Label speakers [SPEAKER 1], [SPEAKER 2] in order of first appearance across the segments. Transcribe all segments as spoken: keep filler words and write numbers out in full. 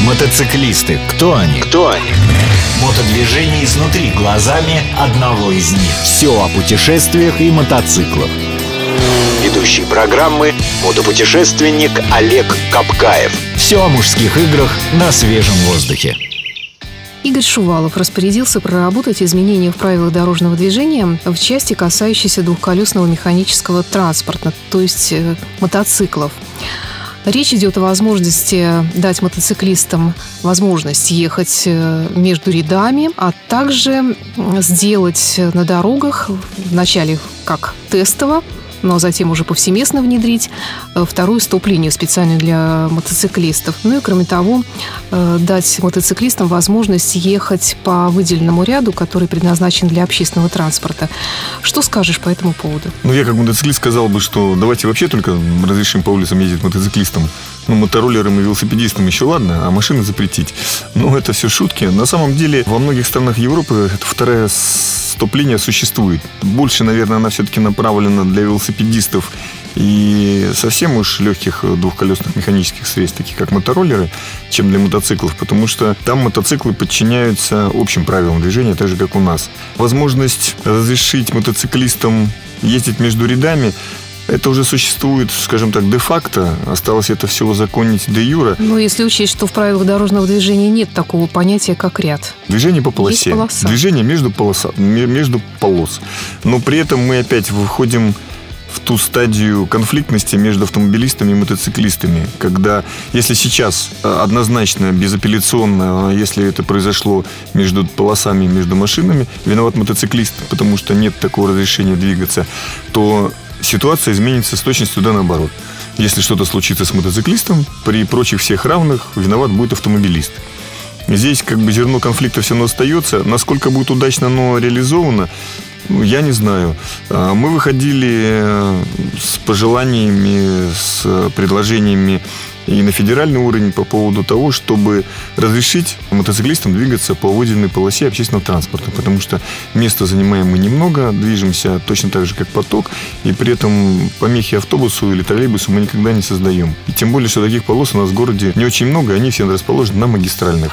[SPEAKER 1] Мотоциклисты. Кто они?
[SPEAKER 2] Кто они?
[SPEAKER 1] Мотодвижение изнутри глазами одного из них. Все о путешествиях и мотоциклах.
[SPEAKER 2] Ведущий программы — мотопутешественник Олег Капкаев.
[SPEAKER 1] Все о мужских играх на свежем воздухе.
[SPEAKER 3] Игорь Шувалов распорядился проработать изменения в правилах дорожного движения в части, касающейся двухколесного механического транспорта, то есть э, мотоциклов. Речь идет о возможности дать мотоциклистам возможность ехать между рядами, а также сделать на дорогах вначале как тестово, но затем уже повсеместно внедрить вторую стоп-линию специальную для мотоциклистов. Ну и, кроме того, дать мотоциклистам возможность ехать по выделенному ряду, который предназначен для общественного транспорта. Что скажешь по этому поводу?
[SPEAKER 4] Ну, я как мотоциклист сказал бы, что давайте вообще только разрешим по улицам ездить мотоциклистам. Ну, мотороллерам и велосипедистам еще ладно, а машины запретить. Ну, это все шутки. На самом деле, во многих странах Европы эта вторая стоп-линия существует. Больше, наверное, она все-таки направлена для велосипедистов и совсем уж легких двухколесных механических средств, таких как мотороллеры, чем для мотоциклов, потому что там мотоциклы подчиняются общим правилам движения, так же, как у нас. Возможность разрешить мотоциклистам ездить между рядами — это уже существует, скажем так, де-факто. Осталось это все узаконить де-юре.
[SPEAKER 3] Но если учесть, что в правилах дорожного движения нет такого понятия, как ряд.
[SPEAKER 4] Движение по полосе.
[SPEAKER 3] Есть полоса.
[SPEAKER 4] Движение между, полоса, между полос. Но при этом мы опять выходим в ту стадию конфликтности между автомобилистами и мотоциклистами, когда, если сейчас однозначно, безапелляционно, если это произошло между полосами, между машинами, виноват мотоциклист, потому что нет такого разрешения двигаться, то ситуация изменится с точностью да наоборот. Если что-то случится с мотоциклистом, при прочих всех равных виноват будет автомобилист. Здесь как бы зерно конфликта все равно остается. Насколько будет удачно оно реализовано, я не знаю. Мы выходили с пожеланиями, с предложениями и на федеральный уровень по поводу того, чтобы разрешить мотоциклистам двигаться по выделенной полосе общественного транспорта, потому что места занимаем мы немного, движемся точно так же, как поток, и при этом помехи автобусу или троллейбусу мы никогда не создаем. И тем более, что таких полос у нас в городе не очень много, они все расположены на магистральных.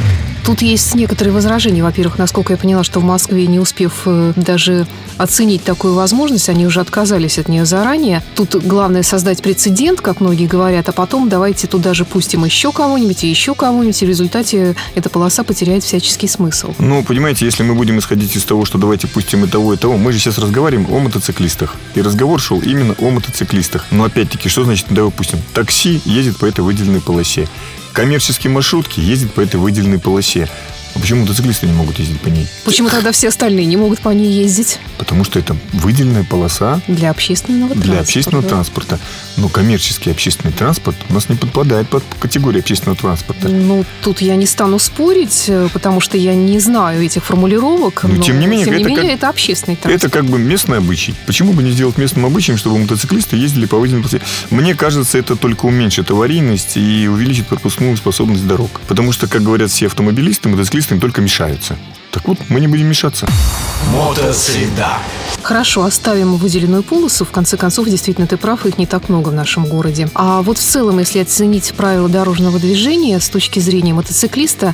[SPEAKER 3] Тут есть некоторые возражения. Во-первых, насколько я поняла, что в Москве, не успев даже оценить такую возможность, они уже отказались от нее заранее. Тут главное создать прецедент, как многие говорят, а потом давайте туда же пустим еще кого-нибудь и еще кого-нибудь, и в результате эта полоса потеряет всяческий смысл.
[SPEAKER 4] Ну, понимаете, если мы будем исходить из того, что давайте пустим и того, и того, мы же сейчас разговариваем о мотоциклистах. И разговор шел именно о мотоциклистах. Но опять-таки, что значит давай пустим? Такси ездит по этой выделенной полосе. Коммерческие маршрутки ездят по этой выделенной полосе. А почему мотоциклисты не могут ездить по ней?
[SPEAKER 3] Почему тогда все остальные не могут по ней ездить?
[SPEAKER 4] Потому что это выделенная полоса
[SPEAKER 3] для общественного транспорта.
[SPEAKER 4] Для общественного да. транспорта. Но коммерческий общественный транспорт у нас не подпадает под категорию общественного транспорта.
[SPEAKER 3] Ну, тут я не стану спорить, потому что я не знаю этих формулировок.
[SPEAKER 4] Но,
[SPEAKER 3] но
[SPEAKER 4] тем не менее,
[SPEAKER 3] тем не
[SPEAKER 4] это,
[SPEAKER 3] менее
[SPEAKER 4] как,
[SPEAKER 3] это общественный транспорт.
[SPEAKER 4] Это как бы местный обычай. Почему бы не сделать местным обычаем, чтобы мотоциклисты ездили по выделенной полосе? Мне кажется, это только уменьшит аварийность и увеличит пропускную способность дорог. Потому что, как говорят все автомобилисты, мотоциклисты им только мешаются. Так вот, мы не будем мешаться.
[SPEAKER 1] Мотосреда.
[SPEAKER 3] Хорошо, оставим выделенную полосу. В конце концов, действительно, ты прав, их не так много в нашем городе. А вот в целом, если оценить правила дорожного движения с точки зрения мотоциклиста,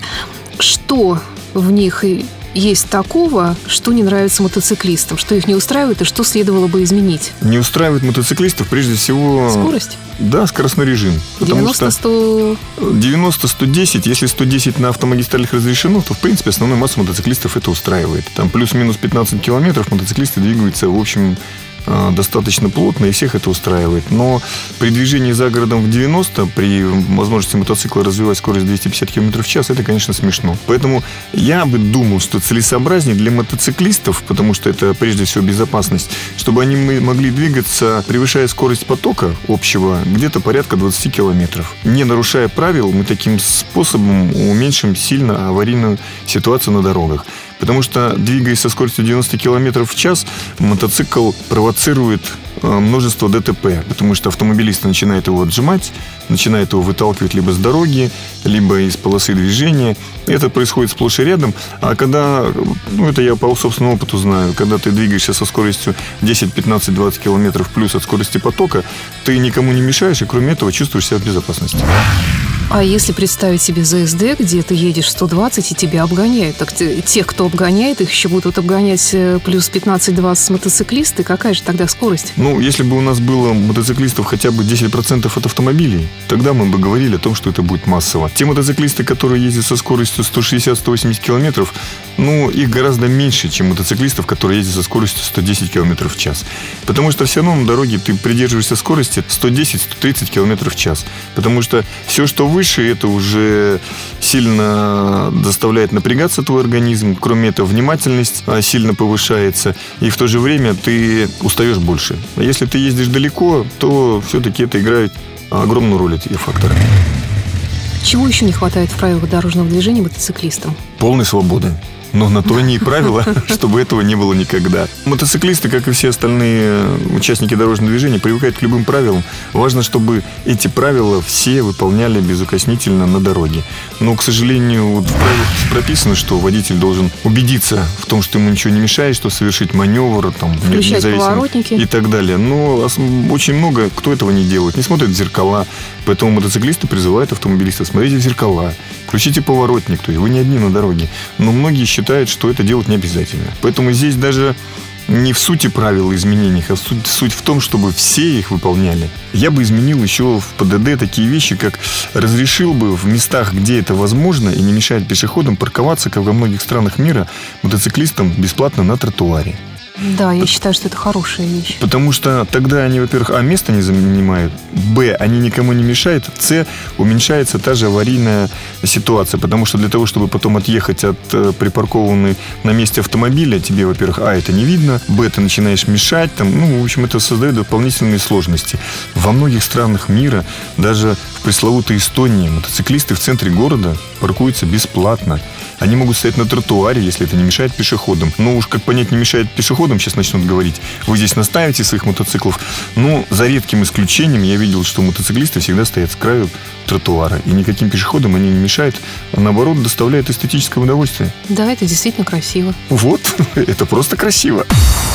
[SPEAKER 3] что в них есть такого, что не нравится мотоциклистам, что их не устраивает и что следовало бы изменить?
[SPEAKER 4] Не устраивает мотоциклистов прежде всего...
[SPEAKER 3] Скорость?
[SPEAKER 4] Да, скоростной режим.
[SPEAKER 3] девяносто сто
[SPEAKER 4] девяносто сто десять. Если сто десять на автомагистралях разрешено, то, в принципе, основную массу мотоциклистов это устраивает. Там плюс-минус пятнадцать километров мотоциклисты двигаются, в общем, достаточно плотно, и всех это устраивает. Но при движении за городом в девяносто, при возможности мотоцикла развивать скорость двести пятьдесят километров в час, это, конечно, смешно. Поэтому я бы думал, что целесообразнее для мотоциклистов, потому что это прежде всего безопасность, чтобы они могли двигаться, превышая скорость потока общего, где-то порядка двадцать километров. Не нарушая правил, мы таким способом уменьшим сильно аварийную ситуацию на дорогах. Потому что, двигаясь со скоростью девяносто километров в час, мотоцикл провоцирует множество ДТП, потому что автомобилисты начинают его отжимать, начинают его выталкивать либо с дороги, либо из полосы движения. Это происходит сплошь и рядом. А когда, ну это я по собственному опыту знаю, когда ты двигаешься со скоростью десять, пятнадцать, двадцать километров плюс от скорости потока, ты никому не мешаешь, и кроме этого чувствуешь себя в безопасности.
[SPEAKER 3] А если представить себе ЗСД, где ты едешь сто двадцать и тебя обгоняют, так тех, кто обгоняет, их еще будут обгонять плюс пятнадцать-двадцать мотоциклисты, какая же тогда скорость?
[SPEAKER 4] Ну, если бы у нас было мотоциклистов хотя бы десять процентов от автомобилей, тогда мы бы говорили о том, что это будет массово. Те мотоциклисты, которые ездят со скоростью сто шестьдесят - сто восемьдесят километров, ну, их гораздо меньше, чем мотоциклистов, которые ездят со скоростью сто десять километров в час. Потому что все равно на дороге ты придерживаешься скорости сто десять - сто тридцать километров в час. Потому что все, что выше, это уже сильно заставляет напрягаться твой организм. Кроме этого, внимательность сильно повышается. И в то же время ты устаешь больше. А если ты ездишь далеко, то все-таки это играет огромную роль, эти факторы.
[SPEAKER 3] Чего еще не хватает в правилах дорожного движения мотоциклистам?
[SPEAKER 4] Полной свободы. Но на то они и правила, чтобы этого не было никогда. Мотоциклисты, как и все остальные участники дорожного движения, привыкают к любым правилам. Важно, чтобы эти правила все выполняли безукоснительно на дороге. Но, к сожалению, вот в правилах прописано, что водитель должен убедиться в том, что ему ничего не мешает, что совершить маневр, там,
[SPEAKER 3] включать поворотники
[SPEAKER 4] и так далее. Но очень много кто этого не делает, не смотрит в зеркала. Поэтому мотоциклисты призывают автомобилистов: смотрите в зеркала, включите поворотник, то есть вы не одни на дороге. Но многие считают, что это делать не обязательно. Поэтому здесь даже не в сути правил изменений, а суть, суть в том, чтобы все их выполняли. Я бы изменил еще в ПДД такие вещи, как разрешил бы в местах, где это возможно и не мешает пешеходам, парковаться, как во многих странах мира, мотоциклистам бесплатно на тротуаре.
[SPEAKER 3] Да, я считаю, что это хорошая вещь.
[SPEAKER 4] Потому что тогда они, во-первых, а, место не занимают, б, они никому не мешают, с, уменьшается та же аварийная ситуация. Потому что для того, чтобы потом отъехать от э, припаркованной на месте автомобиля, тебе, во-первых, а, это не видно, б, ты начинаешь мешать, там, ну, в общем, это создает дополнительные сложности. Во многих странах мира, даже в пресловутой Эстонии, мотоциклисты в центре города паркуются бесплатно. Они могут стоять на тротуаре, если это не мешает пешеходам. Ну уж как понять, не мешает пешеходам, сейчас начнут говорить. Вы здесь наставите своих мотоциклов. Но за редким исключением я видел, что мотоциклисты всегда стоят с краю тротуара. И никаким пешеходам они не мешают, а наоборот доставляют эстетическое удовольствие.
[SPEAKER 3] Да, это действительно красиво.
[SPEAKER 4] Вот, это просто красиво.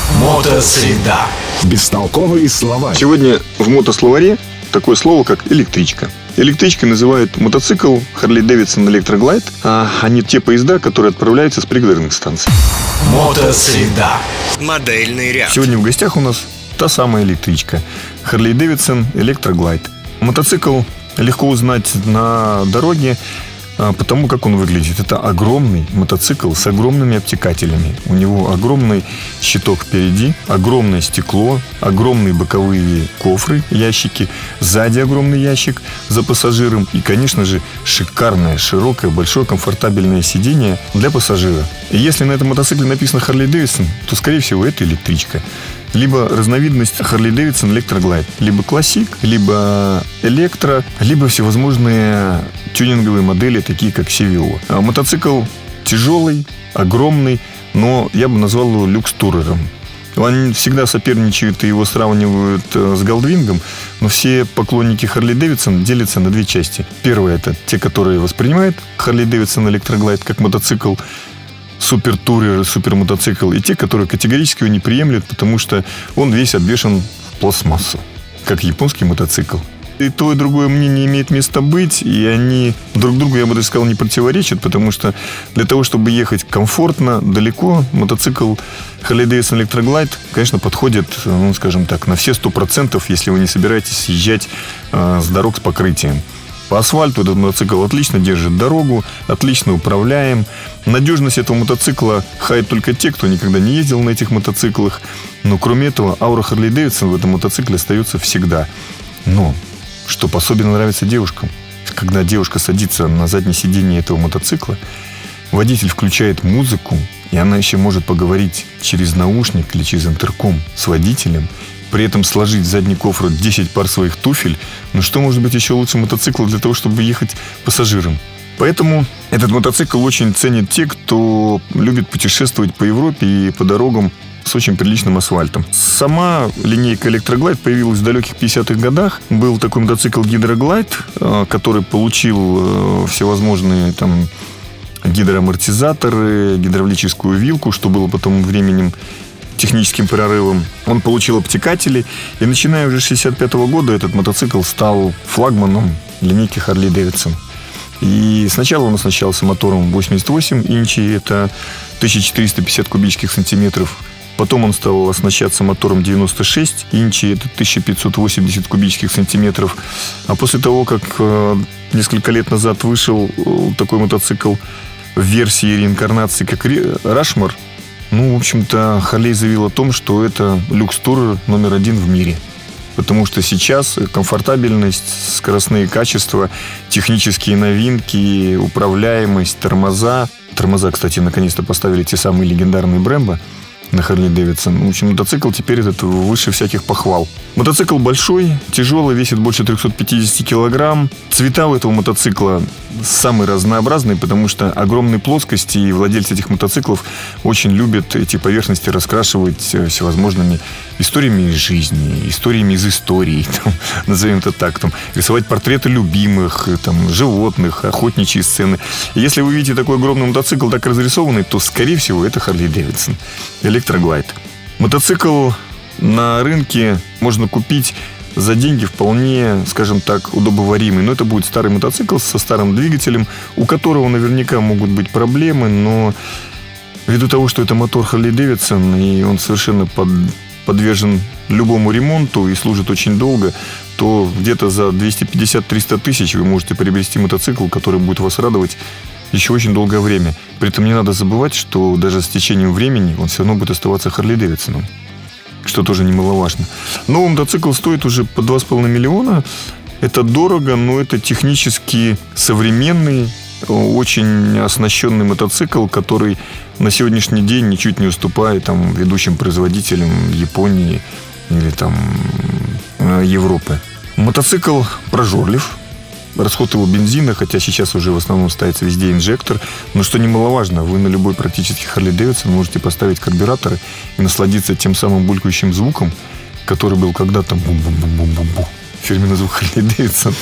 [SPEAKER 1] Мотосреда.
[SPEAKER 2] Бестолковые слова.
[SPEAKER 4] Сегодня в мотословаре такое слово, как электричка. Электричкой называют мотоцикл Harley Davidson Electroglide, а они те поезда, которые отправляются с пригородных станций.
[SPEAKER 1] Мотосреда.
[SPEAKER 2] Модельный ряд.
[SPEAKER 4] Сегодня в гостях у нас та самая электричка Harley Davidson Electroglide. Мотоцикл легко узнать на дороге, потому как он выглядит. Это огромный мотоцикл с огромными обтекателями. У него огромный щиток впереди, огромное стекло, огромные боковые кофры, ящики, сзади огромный ящик за пассажиром и, конечно же, шикарное, широкое, большое, комфортабельное сиденье для пассажира. И если на этом мотоцикле написано Harley Davidson, то, скорее всего, это электричка. Либо разновидность Harley Davidson Electroglide. Либо классик, либо электро, либо всевозможные тюнинговые модели, такие как си ви о. А мотоцикл тяжелый, огромный, но я бы назвал его люкс-турером. Они всегда соперничают и его сравнивают с Голдвингом, но все поклонники Harley Davidson делятся на две части. Первое — это те, которые воспринимают Harley Davidson Electroglide как мотоцикл, супер-турер, супер-мотоцикл, и те, которые категорически его не приемлют, потому что он весь обвешан в пластмассу, как японский мотоцикл. И то, и другое мнение имеет место быть, и они друг другу, я бы даже сказал, не противоречат, потому что для того, чтобы ехать комфортно, далеко, мотоцикл Harley Davidson Electroglide, конечно, подходит, ну, скажем так, на все сто процентов, если вы не собираетесь съезжать э, с дорог с покрытием. По асфальту этот мотоцикл отлично держит дорогу, отлично управляем. Надежность этого мотоцикла хаят только те, кто никогда не ездил на этих мотоциклах. Но кроме этого, аура Harley Davidson в этом мотоцикле остается всегда. Но, что особенно нравится девушкам, когда девушка садится на заднее сиденье этого мотоцикла, водитель включает музыку, и она еще может поговорить через наушник или через интерком с водителем, при этом сложить в задний кофр десять пар своих туфель. Ну что может быть еще лучше мотоцикла для того, чтобы ехать пассажиром? Поэтому этот мотоцикл очень ценят те, кто любит путешествовать по Европе и по дорогам с очень приличным асфальтом. Сама линейка Electroglide появилась в далеких пятидесятых годах. Был такой мотоцикл Hydroglide, который получил всевозможные там гидроамортизаторы, гидравлическую вилку, что было потом временем техническим прорывом. Он получил обтекатели, и начиная уже с шестьдесят пятого года этот мотоцикл стал флагманом линейки Harley Davidson. сначала он оснащался мотором восемьдесят восемь инчей, это тысяча четыреста пятьдесят кубических сантиметров. Потом он стал оснащаться мотором девяносто шесть инчей, это тысяча пятьсот восемьдесят кубических сантиметров. А после того, как несколько лет назад вышел такой мотоцикл в версии реинкарнации, как Rushmore, ну, в общем-то, Харлей заявил о том, что это люкс-тур номер один в мире. Потому что сейчас комфортабельность, скоростные качества, технические новинки, управляемость, тормоза. Тормоза, кстати, наконец-то поставили те самые легендарные Brembo на Харли Дэвидсон. В общем, мотоцикл теперь этот выше всяких похвал. Мотоцикл большой, тяжелый, весит больше триста пятьдесят килограмм. Цвета у этого мотоцикла самые разнообразные, потому что огромные плоскости, и владельцы этих мотоциклов очень любят эти поверхности раскрашивать всевозможными историями из жизни, историями из истории, там, назовем это так, там, рисовать портреты любимых, там, животных, охотничьи сцены. И если вы видите такой огромный мотоцикл так разрисованный, то, скорее всего, это Харли Дэвидсон Электроглайд. Мотоцикл на рынке можно купить за деньги вполне, скажем так, удобоваримый. Но это будет старый мотоцикл со старым двигателем, у которого наверняка могут быть проблемы, но ввиду того, что это мотор Харли Дэвидсон, и он совершенно под, подвержен любому ремонту и служит очень долго, то где-то за двести пятьдесят - триста тысяч вы можете приобрести мотоцикл, который будет вас радовать еще очень долгое время. При этом не надо забывать, что даже с течением времени он все равно будет оставаться Харли Дэвидсоном, что тоже немаловажно. Новый мотоцикл стоит уже по два с половиной миллиона. Это дорого, но это технически современный, очень оснащенный мотоцикл, который на сегодняшний день ничуть не уступает там, ведущим производителям Японии или там, Европы. Мотоцикл прожорлив. Расход его бензина, хотя сейчас уже в основном ставится везде инжектор. Но что немаловажно, вы на любой практически Харли Дэвидсон можете поставить карбюраторы и насладиться тем самым булькающим звуком, который был когда-то бум-бум-бум-бум-бум-бум. Фирменный звук Харли Дэвидсон.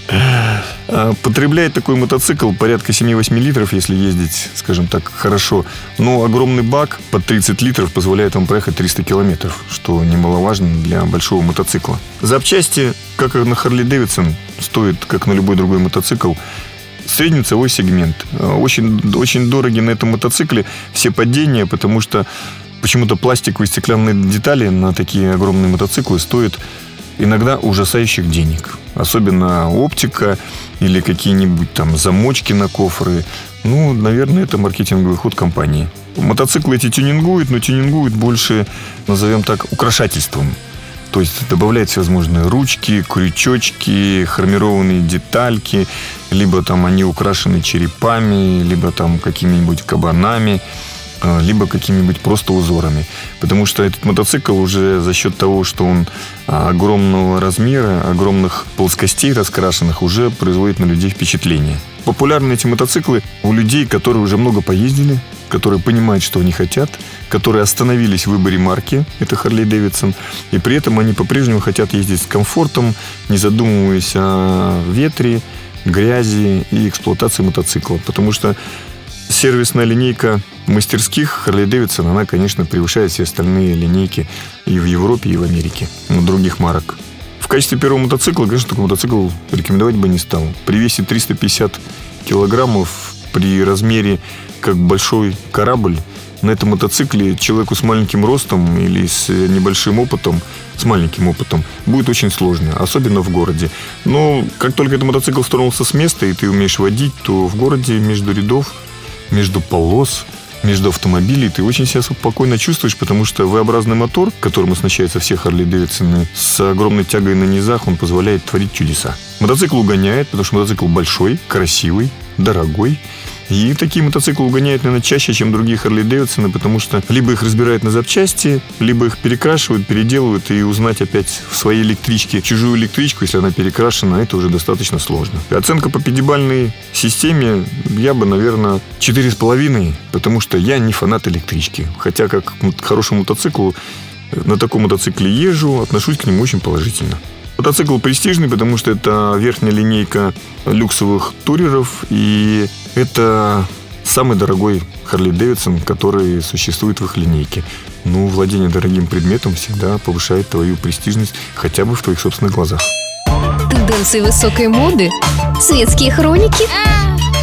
[SPEAKER 4] Потребляет такой мотоцикл порядка семь-восемь литров, если ездить, скажем так, хорошо. Но огромный бак под тридцать литров позволяет вам проехать триста километров, что немаловажно для большого мотоцикла. Запчасти, как и на Харли Дэвидсон, стоит, как на любой другой мотоцикл, средний ценовой сегмент. Очень, очень дороги на этом мотоцикле все падения, потому что почему-то пластиковые стеклянные детали на такие огромные мотоциклы стоят иногда ужасающих денег. Особенно оптика или какие-нибудь там замочки на кофры. Ну, наверное, это маркетинговый ход компании. Мотоциклы эти тюнингуют, но тюнингуют больше, назовем так, украшательством. То есть добавляют всевозможные ручки, крючочки, хромированные детальки. Либо там они украшены черепами, либо там какими-нибудь кабанами, либо какими-нибудь просто узорами. Потому что этот мотоцикл уже за счет того, что он огромного размера, огромных плоскостей раскрашенных, уже производит на людей впечатление. Популярны эти мотоциклы у людей, которые уже много поездили, которые понимают, что они хотят, которые остановились в выборе марки, это Харли Дэвидсон, и при этом они по-прежнему хотят ездить с комфортом, не задумываясь о ветре, грязи и эксплуатации мотоцикла. Потому что сервисная линейка мастерских Харли Дэвидсон, она, конечно, превышает все остальные линейки и в Европе, и в Америке, у других марок. В качестве первого мотоцикла, конечно, такой мотоцикл рекомендовать бы не стал. При весе триста пятьдесят килограммов, при размере как большой корабль, на этом мотоцикле человеку с маленьким ростом или с небольшим опытом, с маленьким опытом, будет очень сложно, особенно в городе. Но как только этот мотоцикл стронулся с места, и ты умеешь водить, то в городе между рядов, между полос, между автомобилей ты очень себя спокойно чувствуешь, потому что V-образный мотор, которым оснащаются все Харли Дэвидсоны, с огромной тягой на низах, он позволяет творить чудеса. Мотоцикл угоняет, потому что мотоцикл большой, красивый, дорогой. И такие мотоциклы угоняют, наверное, чаще, чем другие Харли Дэвидсоны, потому что либо их разбирают на запчасти, либо их перекрашивают, переделывают, и узнать опять в своей электричке чужую электричку, если она перекрашена, это уже достаточно сложно. Оценка по пятибалльной системе я бы, наверное, четыре с половиной, потому что я не фанат электрички. Хотя, как к хорошему мотоциклу, на таком мотоцикле езжу, отношусь к нему очень положительно. Мотоцикл престижный, потому что это верхняя линейка люксовых туреров, и это самый дорогой Харли Дэвидсон, который существует в их линейке. Ну, владение дорогим предметом всегда повышает твою престижность хотя бы в твоих собственных глазах.
[SPEAKER 5] Тенденции высокой моды, светские хроники,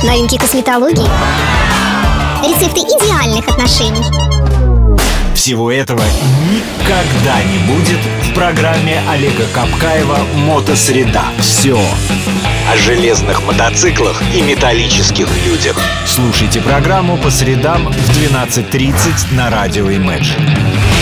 [SPEAKER 5] Новинки косметологии. Рецепты идеальных отношений.
[SPEAKER 1] Всего этого никогда не будет в программе Олега Капкаева «Мотосреда». Все о железных мотоциклах и металлических людях. Слушайте программу по средам в двенадцать тридцать на радио Imagine.